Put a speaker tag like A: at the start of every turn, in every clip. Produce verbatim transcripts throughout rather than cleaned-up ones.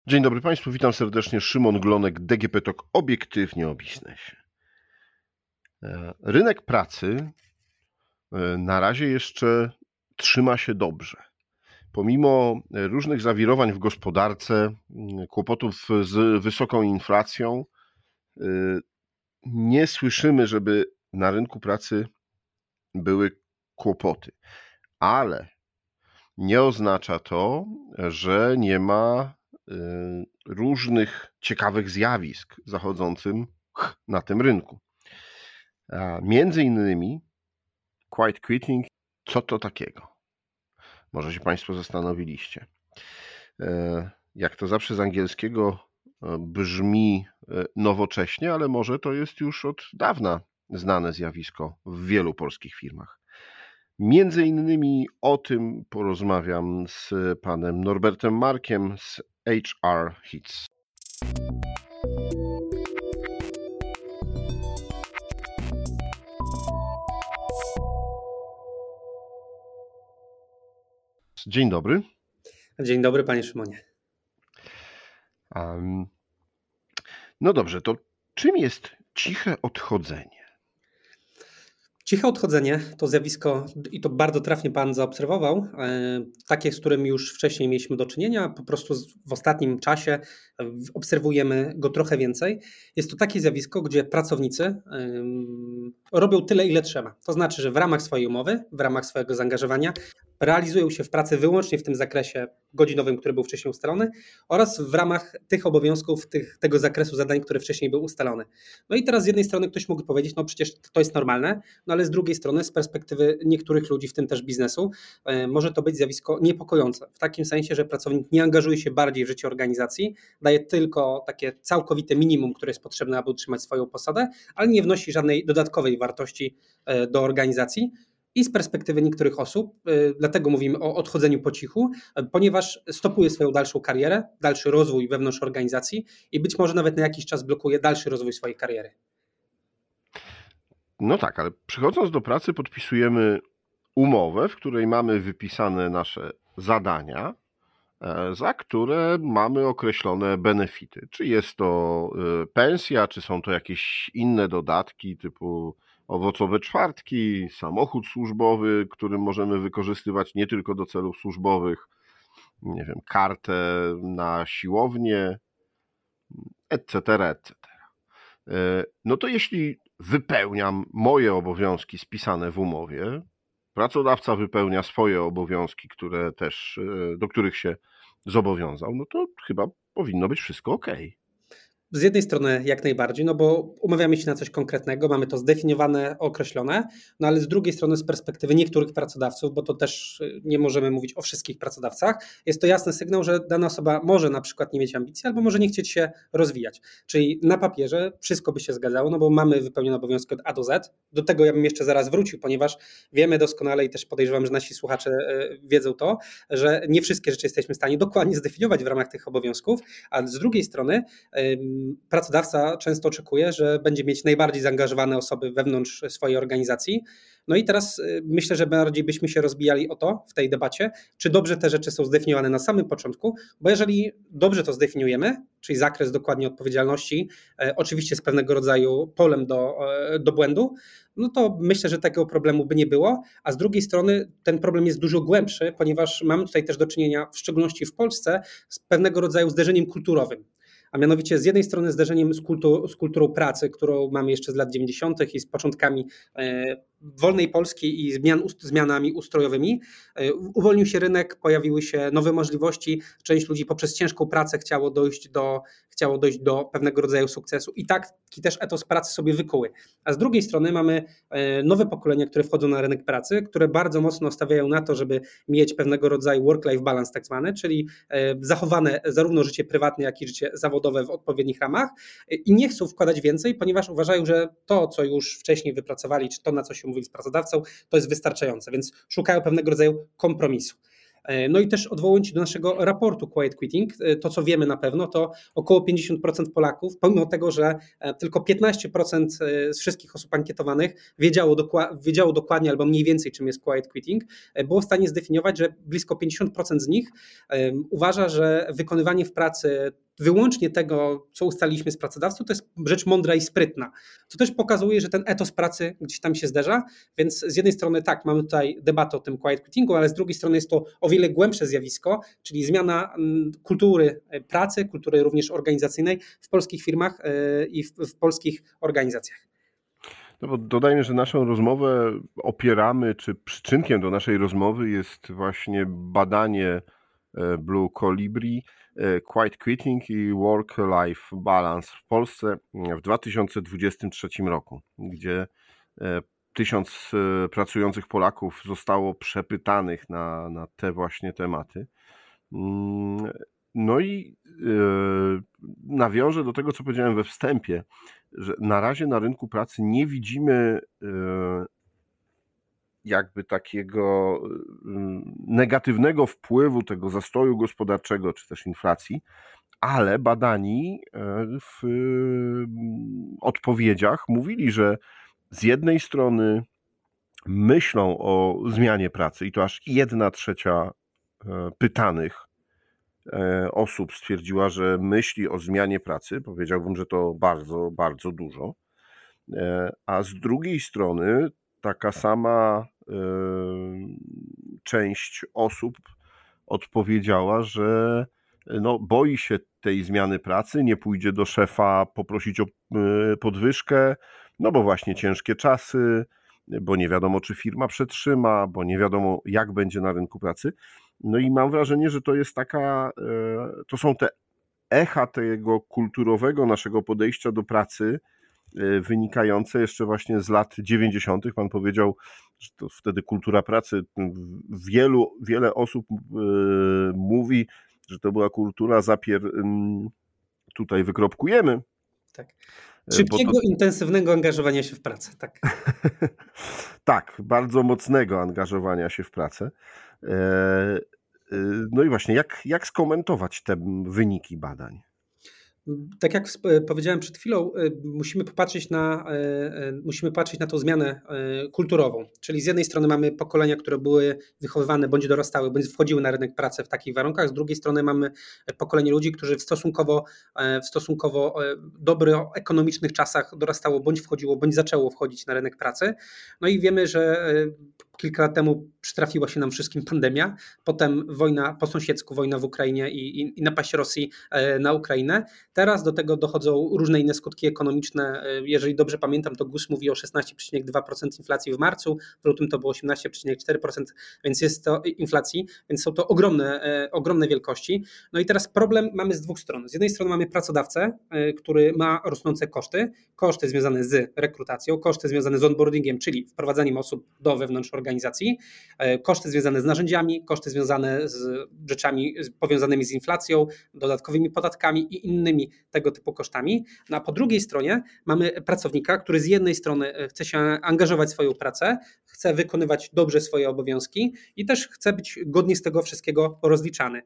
A: Dzień dobry Państwu, witam serdecznie. Szymon Glonek, D G P Talk, obiektywnie o biznesie. Rynek pracy na razie jeszcze trzyma się dobrze. Pomimo różnych zawirowań w gospodarce, kłopotów z wysoką inflacją, nie słyszymy, żeby na rynku pracy były kłopoty. Ale nie oznacza to, że nie ma różnych ciekawych zjawisk zachodzącym na tym rynku. Między innymi quiet quitting, co to takiego? Może się Państwo zastanowiliście. Jak to zawsze z angielskiego brzmi nowocześnie, ale może to jest już od dawna znane zjawisko w wielu polskich firmach. Między innymi o tym porozmawiam z panem Norbertem Markiem z H R Hits. Dzień dobry.
B: Dzień dobry, panie Szymonie.
A: Um, no dobrze, to czym jest ciche odchodzenie?
B: Ciche odchodzenie to zjawisko, i to bardzo trafnie pan zaobserwował, takie, z którym już wcześniej mieliśmy do czynienia, po prostu w ostatnim czasie obserwujemy go trochę więcej. Jest to takie zjawisko, gdzie pracownicy robią tyle, ile trzeba. To znaczy, że w ramach swojej umowy, w ramach swojego zaangażowania realizują się w pracy wyłącznie w tym zakresie godzinowym, który był wcześniej ustalony, oraz w ramach tych obowiązków, tych, tego zakresu zadań, który wcześniej był ustalony. No i teraz z jednej strony ktoś mógł powiedzieć, no przecież to jest normalne, no ale z drugiej strony z perspektywy niektórych ludzi, w tym też biznesu, może to być zjawisko niepokojące. W takim sensie, że pracownik nie angażuje się bardziej w życie organizacji, daje tylko takie całkowite minimum, które jest potrzebne, aby utrzymać swoją posadę, ale nie wnosi żadnej dodatkowej wartości do organizacji. I z perspektywy niektórych osób, dlatego mówimy o odchodzeniu po cichu, ponieważ stopuje swoją dalszą karierę, dalszy rozwój wewnątrz organizacji i być może nawet na jakiś czas blokuje dalszy rozwój swojej kariery.
A: No tak, ale przychodząc do pracy podpisujemy umowę, w której mamy wypisane nasze zadania, za które mamy określone benefity. Czy jest to pensja, czy są to jakieś inne dodatki typu owocowe czwartki, samochód służbowy, który możemy wykorzystywać nie tylko do celów służbowych, nie wiem, kartę na siłownię, et cetera, et cetera. No to jeśli wypełniam moje obowiązki spisane w umowie, pracodawca wypełnia swoje obowiązki, które też, do których się zobowiązał, no to chyba powinno być wszystko ok.
B: Z jednej strony jak najbardziej, no bo umawiamy się na coś konkretnego, mamy to zdefiniowane, określone, no ale z drugiej strony z perspektywy niektórych pracodawców, bo to też nie możemy mówić o wszystkich pracodawcach, jest to jasny sygnał, że dana osoba może na przykład nie mieć ambicji albo może nie chcieć się rozwijać. Czyli na papierze wszystko by się zgadzało, no bo mamy wypełnione obowiązki od A do Z. Do tego ja bym jeszcze zaraz wrócił, ponieważ wiemy doskonale i też podejrzewam, że nasi słuchacze wiedzą to, że nie wszystkie rzeczy jesteśmy w stanie dokładnie zdefiniować w ramach tych obowiązków, a z drugiej strony pracodawca często oczekuje, że będzie mieć najbardziej zaangażowane osoby wewnątrz swojej organizacji. No i teraz myślę, że bardziej byśmy się rozbijali o to w tej debacie, czy dobrze te rzeczy są zdefiniowane na samym początku, bo jeżeli dobrze to zdefiniujemy, czyli zakres dokładnie odpowiedzialności, e, oczywiście z pewnego rodzaju polem do, e, do błędu, no to myślę, że takiego problemu by nie było, a z drugiej strony ten problem jest dużo głębszy, ponieważ mamy tutaj też do czynienia, w szczególności w Polsce, z pewnego rodzaju zderzeniem kulturowym. A mianowicie z jednej strony zderzeniem z, kultu, z kulturą pracy, którą mamy jeszcze z lat dziewięćdziesiątych i z początkami e, wolnej Polski i zmian, zmianami ustrojowymi. E, uwolnił się rynek, pojawiły się nowe możliwości, część ludzi poprzez ciężką pracę chciało dojść do, chciało dojść do pewnego rodzaju sukcesu i taki też etos pracy sobie wykuły. A z drugiej strony mamy e, nowe pokolenia, które wchodzą na rynek pracy, które bardzo mocno stawiają na to, żeby mieć pewnego rodzaju work-life balance tak zwany, czyli e, zachowane zarówno życie prywatne, jak i życie zawodowe w odpowiednich ramach i nie chcą wkładać więcej, ponieważ uważają, że to, co już wcześniej wypracowali, czy to, na co się umówili z pracodawcą, to jest wystarczające, więc szukają pewnego rodzaju kompromisu. No i też odwołując się do naszego raportu Quiet Quitting, to co wiemy na pewno, to około pięćdziesiąt procent Polaków, pomimo tego, że tylko piętnaście procent z wszystkich osób ankietowanych wiedziało, dokła- wiedziało dokładnie albo mniej więcej czym jest Quiet Quitting, było w stanie zdefiniować, że blisko pięćdziesiąt procent z nich um, uważa, że wykonywanie w pracy wyłącznie tego, co ustaliliśmy z pracodawcą, to jest rzecz mądra i sprytna. To też pokazuje, że ten etos pracy gdzieś tam się zderza, więc z jednej strony tak, mamy tutaj debatę o tym quiet quittingu, ale z drugiej strony jest to o wiele głębsze zjawisko, czyli zmiana kultury pracy, kultury również organizacyjnej w polskich firmach i w, w polskich organizacjach.
A: No bo dodajmy, że naszą rozmowę opieramy, czy przyczynkiem do naszej rozmowy jest właśnie badanie Blue Colibri, Quiet Quitting i Work-Life Balance w Polsce w dwa tysiące dwudziestym trzecim roku, gdzie tysiąc pracujących Polaków zostało przepytanych na, na te właśnie tematy. No i nawiążę do tego, co powiedziałem we wstępie, że na razie na rynku pracy nie widzimy jakby takiego negatywnego wpływu tego zastoju gospodarczego czy też inflacji, ale badani w odpowiedziach mówili, że z jednej strony myślą o zmianie pracy i to aż jedna trzecia pytanych osób stwierdziła, że myśli o zmianie pracy. Powiedziałbym, że to bardzo, bardzo dużo. A z drugiej strony taka sama część osób odpowiedziała, że no, boi się tej zmiany pracy, nie pójdzie do szefa poprosić o podwyżkę, no bo właśnie ciężkie czasy, bo nie wiadomo, czy firma przetrzyma, bo nie wiadomo, jak będzie na rynku pracy. No i mam wrażenie, że to jest taka, to są te echa tego kulturowego naszego podejścia do pracy, wynikające jeszcze właśnie z lat dziewięćdziesiątych. Pan powiedział, że to wtedy kultura pracy, wielu, wiele osób mówi, że to była kultura zapier... Tutaj wykropkujemy.
B: Tak. Szybkiego,
A: to...
B: intensywnego angażowania się w pracę. Tak.
A: Tak, bardzo mocnego angażowania się w pracę. No i właśnie, jak, jak skomentować te wyniki badań?
B: Tak jak powiedziałem przed chwilą, musimy popatrzeć na, musimy patrzeć na tą zmianę kulturową. Czyli z jednej strony mamy pokolenia, które były wychowywane bądź dorastały, bądź wchodziły na rynek pracy w takich warunkach. Z drugiej strony mamy pokolenie ludzi, którzy w stosunkowo, w stosunkowo dobrych ekonomicznych czasach dorastało, bądź wchodziło, bądź zaczęło wchodzić na rynek pracy. No i wiemy, że kilka lat temu przytrafiła się nam wszystkim pandemia, potem wojna po sąsiedzku, wojna w Ukrainie i, i, i napaść Rosji na Ukrainę. Teraz do tego dochodzą różne inne skutki ekonomiczne. Jeżeli dobrze pamiętam, to G U S mówi o szesnaście przecinek dwa procent inflacji w marcu, w lutym to było osiemnaście przecinek cztery procent, więc jest to inflacji, więc są to ogromne, ogromne wielkości. No i teraz problem mamy z dwóch stron. Z jednej strony mamy pracodawcę, który ma rosnące koszty, koszty związane z rekrutacją, koszty związane z onboardingiem, czyli wprowadzaniem osób do wewnątrz organizacji, koszty związane z narzędziami, koszty związane z rzeczami powiązanymi z inflacją, dodatkowymi podatkami i innymi tego typu kosztami. No a po drugiej stronie mamy pracownika, który z jednej strony chce się angażować w swoją pracę, chce wykonywać dobrze swoje obowiązki i też chce być godnie z tego wszystkiego rozliczany.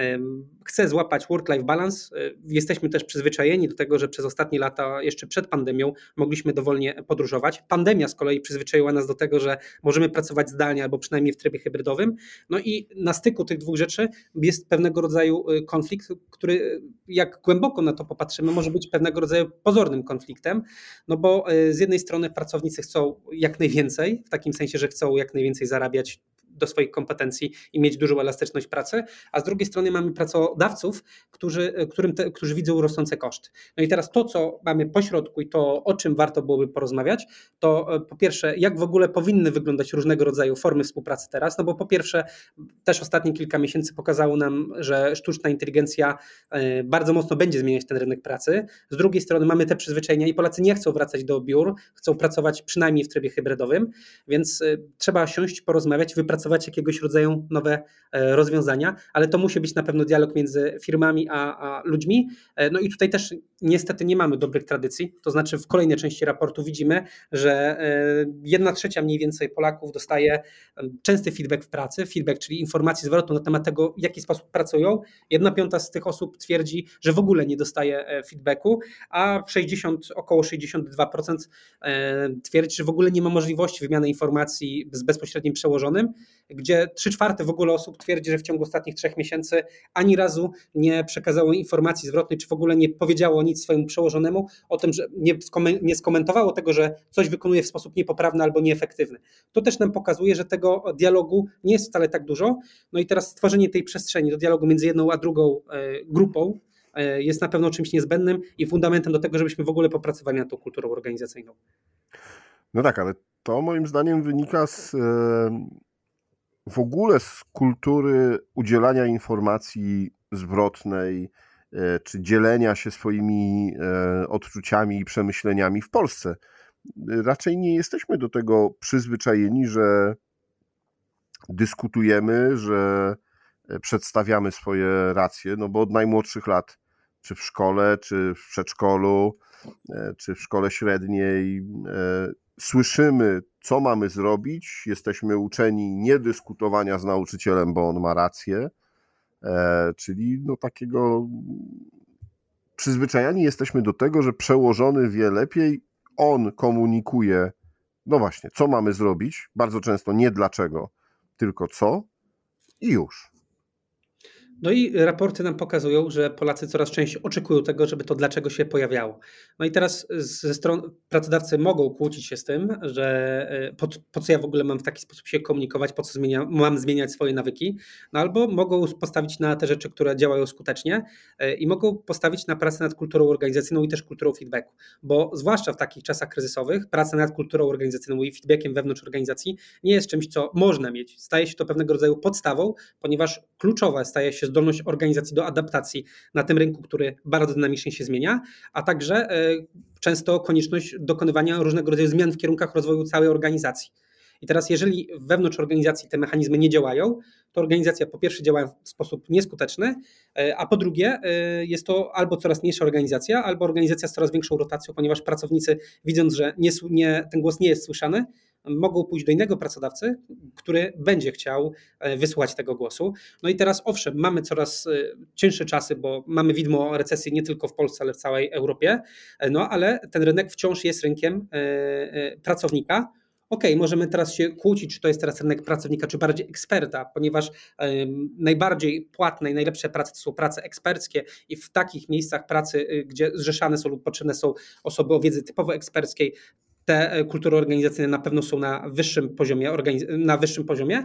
B: Chce złapać work-life balance. Jesteśmy też przyzwyczajeni do tego, że przez ostatnie lata, jeszcze przed pandemią, mogliśmy dowolnie podróżować. Pandemia z kolei przyzwyczaiła nas do tego, że możemy pracować zdalnie albo przynajmniej w trybie hybrydowym. No i na styku tych dwóch rzeczy jest pewnego rodzaju konflikt, który jak głęboko na to popatrzymy, może być pewnego rodzaju pozornym konfliktem, no bo z jednej strony pracownicy chcą jak najwięcej, w takim sensie, że chcą jak najwięcej zarabiać do swoich kompetencji i mieć dużą elastyczność pracy, a z drugiej strony mamy pracodawców, którzy, którym te, którzy widzą rosnące koszty. No i teraz to, co mamy pośrodku i to, o czym warto byłoby porozmawiać, to po pierwsze, jak w ogóle powinny wyglądać różnego rodzaju formy współpracy teraz, no bo po pierwsze, też ostatnie kilka miesięcy pokazało nam, że sztuczna inteligencja bardzo mocno będzie zmieniać ten rynek pracy. Z drugiej strony mamy te przyzwyczajenia i Polacy nie chcą wracać do biur, chcą pracować przynajmniej w trybie hybrydowym, więc trzeba siąść, porozmawiać, wypracować wypracować jakiegoś rodzaju nowe rozwiązania, ale to musi być na pewno dialog między firmami a, a ludźmi. No i tutaj też niestety nie mamy dobrych tradycji, to znaczy w kolejnej części raportu widzimy, że jedna trzecia mniej więcej Polaków dostaje częsty feedback w pracy, feedback, czyli informacji zwrotną na temat tego, w jaki sposób pracują. Jedna piąta z tych osób twierdzi, że w ogóle nie dostaje feedbacku, a sześćdziesiąt, około sześćdziesiąt dwa procent twierdzi, że w ogóle nie ma możliwości wymiany informacji z bezpośrednim przełożonym, gdzie trzy czwarte w ogóle osób twierdzi, że w ciągu ostatnich trzech miesięcy ani razu nie przekazało informacji zwrotnej, czy w ogóle nie powiedziało nic swojemu przełożonemu o tym, że nie, nie skomentowało tego, że coś wykonuje w sposób niepoprawny albo nieefektywny. To też nam pokazuje, że tego dialogu nie jest wcale tak dużo. No i teraz stworzenie tej przestrzeni do dialogu między jedną a drugą grupą jest na pewno czymś niezbędnym i fundamentem do tego, żebyśmy w ogóle popracowali nad tą kulturą organizacyjną.
A: No tak, ale to moim zdaniem wynika z w ogóle z kultury udzielania informacji zwrotnej czy dzielenia się swoimi odczuciami i przemyśleniami w Polsce. Raczej nie jesteśmy do tego przyzwyczajeni, że dyskutujemy, że przedstawiamy swoje racje, no bo od najmłodszych lat, czy w szkole, czy w przedszkolu, czy w szkole średniej, słyszymy, co mamy zrobić, jesteśmy uczeni nie dyskutowania z nauczycielem, bo on ma rację, czyli no takiego przyzwyczajani jesteśmy do tego, że przełożony wie lepiej, on komunikuje, no właśnie, co mamy zrobić, bardzo często nie dlaczego, tylko co i już.
B: No i raporty nam pokazują, że Polacy coraz częściej oczekują tego, żeby to dlaczego się pojawiało. No i teraz ze stron pracodawcy mogą kłócić się z tym, że po, po co ja w ogóle mam w taki sposób się komunikować, po co zmienia, mam zmieniać swoje nawyki, no albo mogą postawić na te rzeczy, które działają skutecznie i mogą postawić na pracę nad kulturą organizacyjną i też kulturą feedbacku, bo zwłaszcza w takich czasach kryzysowych praca nad kulturą organizacyjną i feedbackiem wewnątrz organizacji nie jest czymś, co można mieć. Staje się to pewnego rodzaju podstawą, ponieważ kluczowa staje się zdolność organizacji do adaptacji na tym rynku, który bardzo dynamicznie się zmienia, a także często konieczność dokonywania różnego rodzaju zmian w kierunkach rozwoju całej organizacji. I teraz jeżeli wewnątrz organizacji te mechanizmy nie działają, to organizacja po pierwsze działa w sposób nieskuteczny, a po drugie jest to albo coraz mniejsza organizacja, albo organizacja z coraz większą rotacją, ponieważ pracownicy, widząc, że nie, nie, ten głos nie jest słyszany, mogą pójść do innego pracodawcy, który będzie chciał wysłuchać tego głosu. No i teraz owszem, mamy coraz cięższe czasy, bo mamy widmo recesji nie tylko w Polsce, ale w całej Europie, no ale ten rynek wciąż jest rynkiem pracownika. Okej, okay, możemy teraz się kłócić, czy to jest teraz rynek pracownika, czy bardziej eksperta, ponieważ um, najbardziej płatne i najlepsze prace to są prace eksperckie i w takich miejscach pracy, gdzie zrzeszane są lub potrzebne są osoby o wiedzy typowo eksperckiej, te kultury organizacyjne na pewno są na wyższym poziomie, na wyższym poziomie.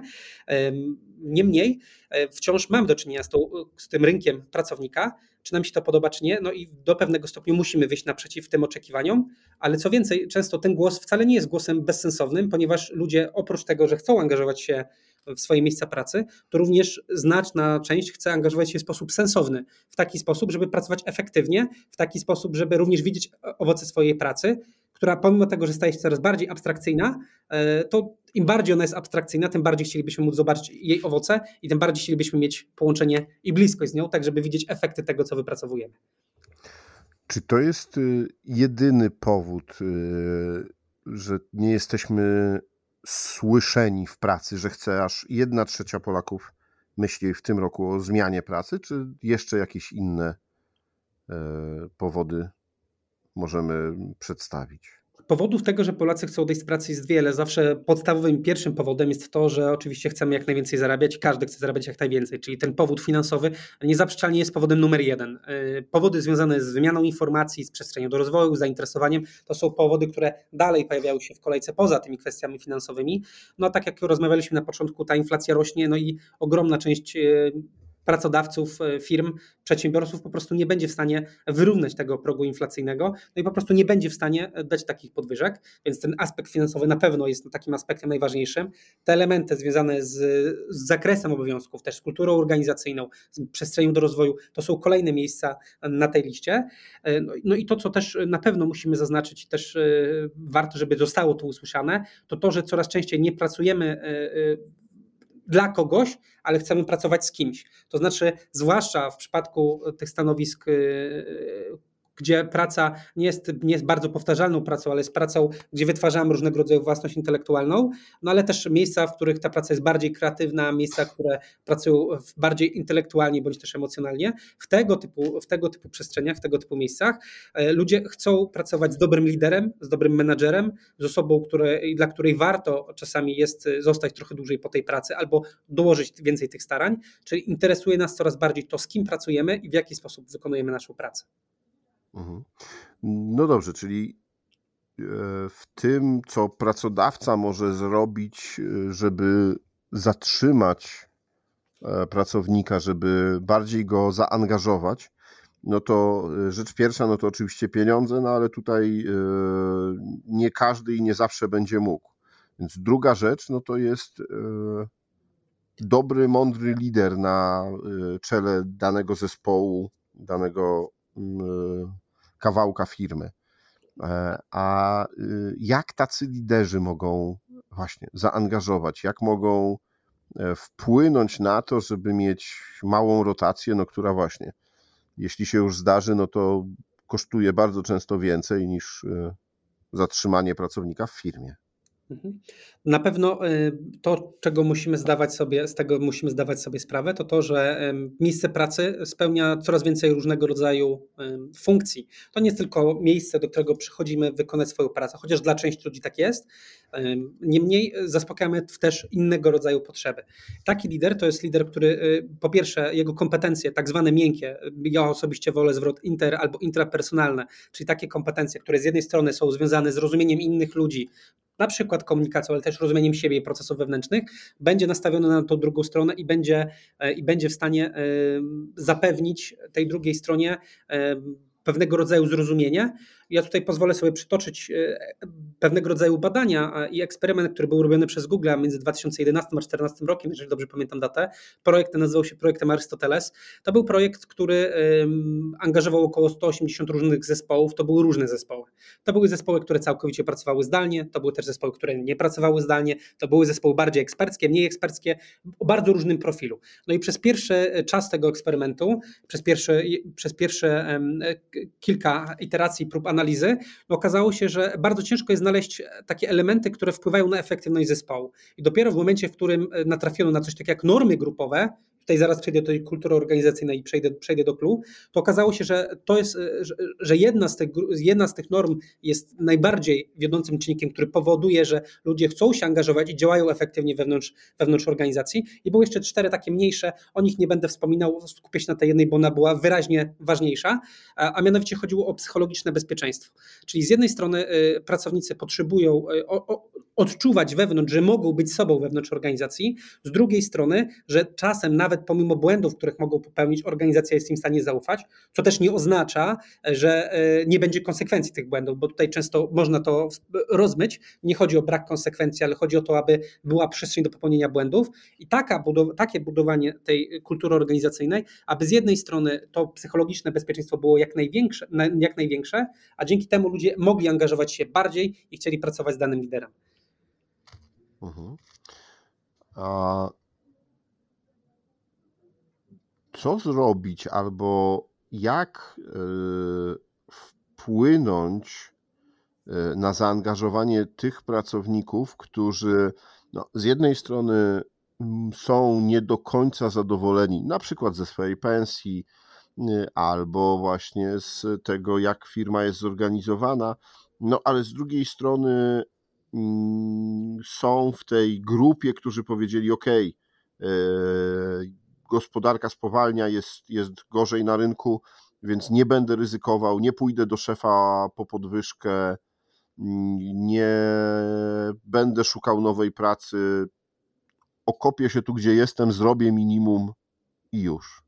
B: Niemniej wciąż mamy do czynienia z, tą, z tym rynkiem pracownika, czy nam się to podoba, czy nie, no i do pewnego stopnia musimy wyjść naprzeciw tym oczekiwaniom, ale co więcej, często ten głos wcale nie jest głosem bezsensownym, ponieważ ludzie oprócz tego, że chcą angażować się w swoje miejsca pracy, to również znaczna część chce angażować się w sposób sensowny, w taki sposób, żeby pracować efektywnie, w taki sposób, żeby również widzieć owoce swojej pracy, która pomimo tego, że staje się coraz bardziej abstrakcyjna, to im bardziej ona jest abstrakcyjna, tym bardziej chcielibyśmy móc zobaczyć jej owoce i tym bardziej chcielibyśmy mieć połączenie i bliskość z nią, tak żeby widzieć efekty tego, co wypracowujemy.
A: Czy to jest jedyny powód, że nie jesteśmy słyszeni w pracy, że chce aż jedna trzecia Polaków myśli w tym roku o zmianie pracy, czy jeszcze jakieś inne powody możemy przedstawić?
B: Powodów tego, że Polacy chcą odejść z pracy jest wiele. Zawsze podstawowym pierwszym powodem jest to, że oczywiście chcemy jak najwięcej zarabiać, każdy chce zarabiać jak najwięcej, czyli ten powód finansowy niezaprzeczalnie jest powodem numer jeden. Powody związane z wymianą informacji, z przestrzenią do rozwoju, z zainteresowaniem, to są powody, które dalej pojawiają się w kolejce poza tymi kwestiami finansowymi. No a tak jak rozmawialiśmy na początku, ta inflacja rośnie, no i ogromna część pracodawców, firm, przedsiębiorców po prostu nie będzie w stanie wyrównać tego progu inflacyjnego, no i po prostu nie będzie w stanie dać takich podwyżek, więc ten aspekt finansowy na pewno jest takim aspektem najważniejszym. Te elementy związane z, z zakresem obowiązków, też z kulturą organizacyjną, z przestrzenią do rozwoju, to są kolejne miejsca na tej liście. No, no i to, co też na pewno musimy zaznaczyć i też warto, żeby zostało tu usłyszane, to to, że coraz częściej nie pracujemy dla kogoś, ale chcemy pracować z kimś. To znaczy, zwłaszcza w przypadku tych stanowisk, gdzie praca nie jest, nie jest bardzo powtarzalną pracą, ale jest pracą, gdzie wytwarzamy różnego rodzaju własność intelektualną, no ale też miejsca, w których ta praca jest bardziej kreatywna, miejsca, które pracują bardziej intelektualnie bądź też emocjonalnie. W tego typu, w tego typu przestrzeniach, w tego typu miejscach ludzie chcą pracować z dobrym liderem, z dobrym menadżerem, z osobą, które, dla której warto czasami jest zostać trochę dłużej po tej pracy albo dołożyć więcej tych starań, czyli interesuje nas coraz bardziej to, z kim pracujemy i w jaki sposób wykonujemy naszą pracę.
A: No dobrze, czyli w tym, co pracodawca może zrobić, żeby zatrzymać pracownika, żeby bardziej go zaangażować, no to rzecz pierwsza, no to oczywiście pieniądze, no ale tutaj nie każdy i nie zawsze będzie mógł. Więc druga rzecz, no to jest dobry, mądry lider na czele danego zespołu, danego kawałka firmy. A jak tacy liderzy mogą właśnie zaangażować, jak mogą wpłynąć na to, żeby mieć małą rotację, no która właśnie, jeśli się już zdarzy, no to kosztuje bardzo często więcej niż zatrzymanie pracownika w firmie.
B: Na pewno to, czego musimy zdawać sobie, z tego musimy zdawać sobie sprawę, to to, że miejsce pracy spełnia coraz więcej różnego rodzaju funkcji. To nie jest tylko miejsce, do którego przychodzimy wykonać swoją pracę, chociaż dla części ludzi tak jest. Niemniej zaspokajamy też innego rodzaju potrzeby. Taki lider to jest lider, który po pierwsze jego kompetencje, tak zwane miękkie, ja osobiście wolę zwrot inter albo intrapersonalne, czyli takie kompetencje, które z jednej strony są związane z rozumieniem innych ludzi, na przykład komunikacją, ale też rozumieniem siebie i procesów wewnętrznych, będzie nastawiony na tą drugą stronę i będzie, i będzie w stanie zapewnić tej drugiej stronie pewnego rodzaju zrozumienie. Ja tutaj pozwolę sobie przytoczyć pewnego rodzaju badania i eksperyment, który był robiony przez Google między dwa tysiące jedenastym a dwa tysiące czternastym rokiem, jeżeli dobrze pamiętam datę. Projekt ten nazywał się projektem Arystoteles. To był projekt, który angażował około sto osiemdziesiąt różnych zespołów. To były różne zespoły. To były zespoły, które całkowicie pracowały zdalnie, to były też zespoły, które nie pracowały zdalnie, to były zespoły bardziej eksperckie, mniej eksperckie, o bardzo różnym profilu. No i przez pierwszy czas tego eksperymentu, przez pierwsze, przez pierwsze kilka iteracji prób analizy, no okazało się, że bardzo ciężko jest znaleźć takie elementy, które wpływają na efektywność zespołu. I dopiero w momencie, w którym natrafiono na coś takiego jak normy grupowe, tutaj zaraz przejdę do tej kultury organizacyjnej i przejdę, przejdę do clou, to okazało się, że to jest, że, że jedna, z tych, jedna z tych norm jest najbardziej wiodącym czynnikiem, który powoduje, że ludzie chcą się angażować i działają efektywnie wewnątrz, wewnątrz organizacji. I były jeszcze cztery takie mniejsze, o nich nie będę wspominał, skupię się na tej jednej, bo ona była wyraźnie ważniejsza, a, a mianowicie chodziło o psychologiczne bezpieczeństwo. Czyli z jednej strony y, pracownicy potrzebują y, o, o, odczuwać wewnątrz, że mogą być sobą wewnątrz organizacji, z drugiej strony, że czasem nawet pomimo błędów, których mogą popełnić, organizacja jest im w stanie zaufać, co też nie oznacza, że nie będzie konsekwencji tych błędów, bo tutaj często można to rozmyć. Nie chodzi o brak konsekwencji, ale chodzi o to, aby była przestrzeń do popełnienia błędów i taka budow- takie budowanie tej kultury organizacyjnej, aby z jednej strony to psychologiczne bezpieczeństwo było jak największe, jak największe, a dzięki temu ludzie mogli angażować się bardziej i chcieli pracować z danym liderem.
A: Mhm. A co zrobić albo jak wpłynąć na zaangażowanie tych pracowników, którzy no, z jednej strony są nie do końca zadowoleni, na przykład ze swojej pensji, albo właśnie z tego, jak firma jest zorganizowana, no ale z drugiej strony są w tej grupie, którzy powiedzieli: OK, gospodarka spowalnia, jest, jest gorzej na rynku, więc nie będę ryzykował, nie pójdę do szefa po podwyżkę, nie będę szukał nowej pracy, okopię się tu, gdzie jestem, zrobię minimum i już.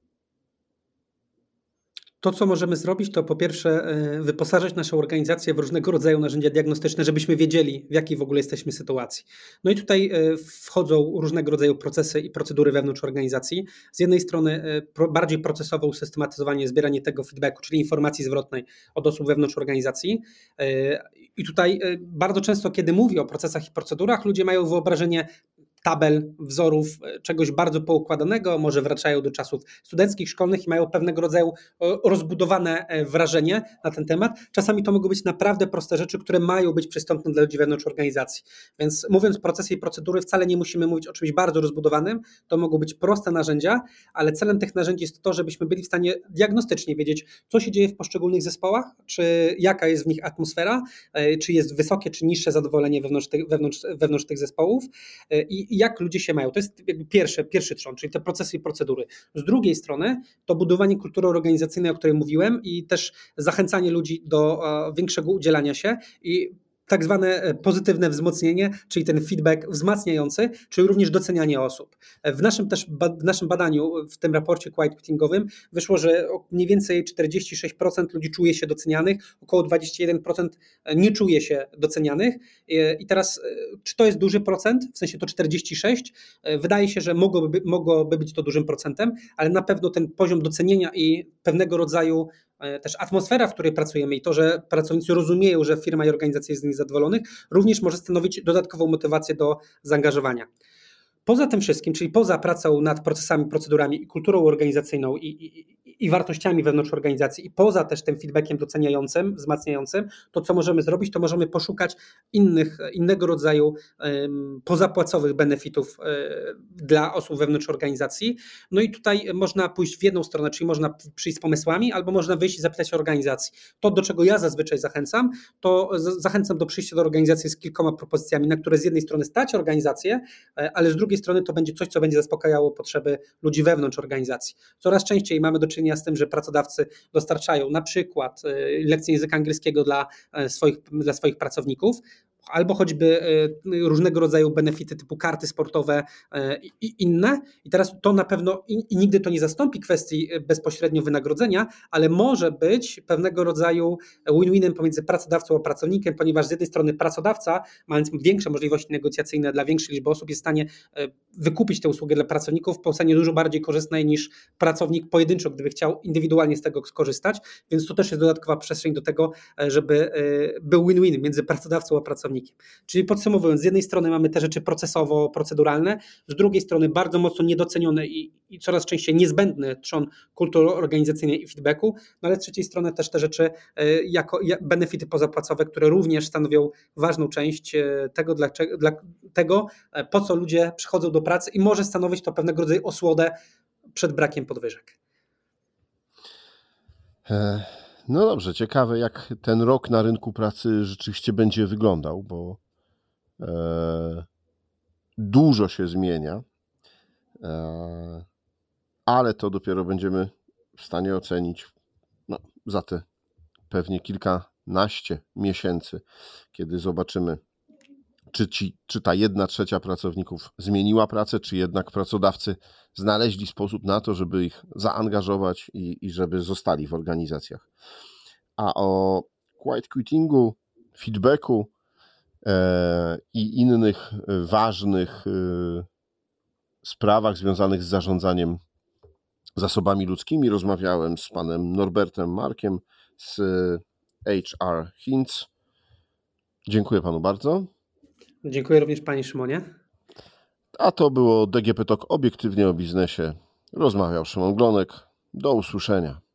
B: To, co możemy zrobić, to po pierwsze wyposażyć naszą organizację w różnego rodzaju narzędzia diagnostyczne, żebyśmy wiedzieli, w jakiej w ogóle jesteśmy sytuacji. No i tutaj wchodzą różnego rodzaju procesy i procedury wewnątrz organizacji. Z jednej strony bardziej procesowe usystematyzowanie, zbieranie tego feedbacku, czyli informacji zwrotnej od osób wewnątrz organizacji. I tutaj bardzo często, kiedy mówię o procesach i procedurach, ludzie mają wyobrażenie tabel, wzorów, czegoś bardzo poukładanego, może wracają do czasów studenckich, szkolnych i mają pewnego rodzaju rozbudowane wrażenie na ten temat. Czasami to mogą być naprawdę proste rzeczy, które mają być przystępne dla ludzi wewnątrz organizacji. Więc mówiąc procesy i procedury, wcale nie musimy mówić o czymś bardzo rozbudowanym, to mogą być proste narzędzia, ale celem tych narzędzi jest to, żebyśmy byli w stanie diagnostycznie wiedzieć, co się dzieje w poszczególnych zespołach, czy jaka jest w nich atmosfera, czy jest wysokie, czy niższe zadowolenie wewnątrz tych, wewnątrz, wewnątrz tych zespołów i jak ludzie się mają. To jest jakby pierwszy, pierwszy trzon, czyli te procesy i procedury. Z drugiej strony to budowanie kultury organizacyjnej, o której mówiłem i też zachęcanie ludzi do większego udzielania się i tak zwane pozytywne wzmocnienie, czyli ten feedback wzmacniający, czyli również docenianie osób. W naszym też w naszym badaniu, w tym raporcie quiet quittingowym wyszło, że mniej więcej czterdzieści sześć procent ludzi czuje się docenianych, około dwadzieścia jeden procent nie czuje się docenianych. I teraz, czy to jest duży procent? W sensie to czterdzieści sześć? Wydaje się, że mogłoby, mogłoby być to dużym procentem, ale na pewno ten poziom docenienia i pewnego rodzaju też atmosfera, w której pracujemy i to, że pracownicy rozumieją, że firma i organizacja jest z nich zadowolonych, również może stanowić dodatkową motywację do zaangażowania. Poza tym wszystkim, czyli poza pracą nad procesami, procedurami i kulturą organizacyjną i, i, i wartościami wewnątrz organizacji i poza też tym feedbackiem doceniającym, wzmacniającym, to co możemy zrobić, to możemy poszukać innych, innego rodzaju um, pozapłacowych benefitów um, dla osób wewnątrz organizacji. No i tutaj można pójść w jedną stronę, czyli można przyjść z pomysłami, albo można wyjść i zapytać o organizacji. To, do czego ja zazwyczaj zachęcam, to z, zachęcam do przyjścia do organizacji z kilkoma propozycjami, na które z jednej strony stać organizację, ale z drugiej strony to będzie coś, co będzie zaspokajało potrzeby ludzi wewnątrz organizacji. Coraz częściej mamy do czynienia z tym, że pracodawcy dostarczają na przykład lekcje języka angielskiego dla swoich, dla swoich pracowników, albo choćby różnego rodzaju benefity typu karty sportowe i inne. I teraz to na pewno i nigdy to nie zastąpi kwestii bezpośrednio wynagrodzenia, ale może być pewnego rodzaju win-winem pomiędzy pracodawcą a pracownikiem, ponieważ z jednej strony pracodawca, mając większe możliwości negocjacyjne dla większej liczby osób, jest w stanie wykupić tę usługę dla pracowników po cenie dużo bardziej korzystnej niż pracownik pojedynczo, gdyby chciał indywidualnie z tego skorzystać, więc to też jest dodatkowa przestrzeń do tego, żeby był win-win między pracodawcą a pracownikiem. Czyli podsumowując, z jednej strony mamy te rzeczy procesowo-proceduralne, z drugiej strony bardzo mocno niedocenione i, i coraz częściej niezbędny trzon kultury organizacyjnej i feedbacku, no ale z trzeciej strony też te rzeczy jako benefity pozapłacowe, które również stanowią ważną część tego, dla, dla tego, po co ludzie przychodzą do pracy i może stanowić to pewnego rodzaju osłodę przed brakiem podwyżek.
A: No dobrze, ciekawe jak ten rok na rynku pracy rzeczywiście będzie wyglądał, bo e, dużo się zmienia, e, ale to dopiero będziemy w stanie ocenić no, za te pewnie kilkanaście miesięcy, kiedy zobaczymy, czy, ci, czy ta jedna trzecia pracowników zmieniła pracę, czy jednak pracodawcy znaleźli sposób na to, żeby ich zaangażować i, i żeby zostali w organizacjach. A o quiet quittingu, feedbacku e, i innych ważnych e, sprawach związanych z zarządzaniem zasobami ludzkimi rozmawiałem z panem Norbertem Markiem z H R Hints. Dziękuję panu bardzo.
B: Dziękuję również panie Szymonie.
A: A to było D G P Talk obiektywnie o biznesie. Rozmawiał Szymon Glonek. Do usłyszenia.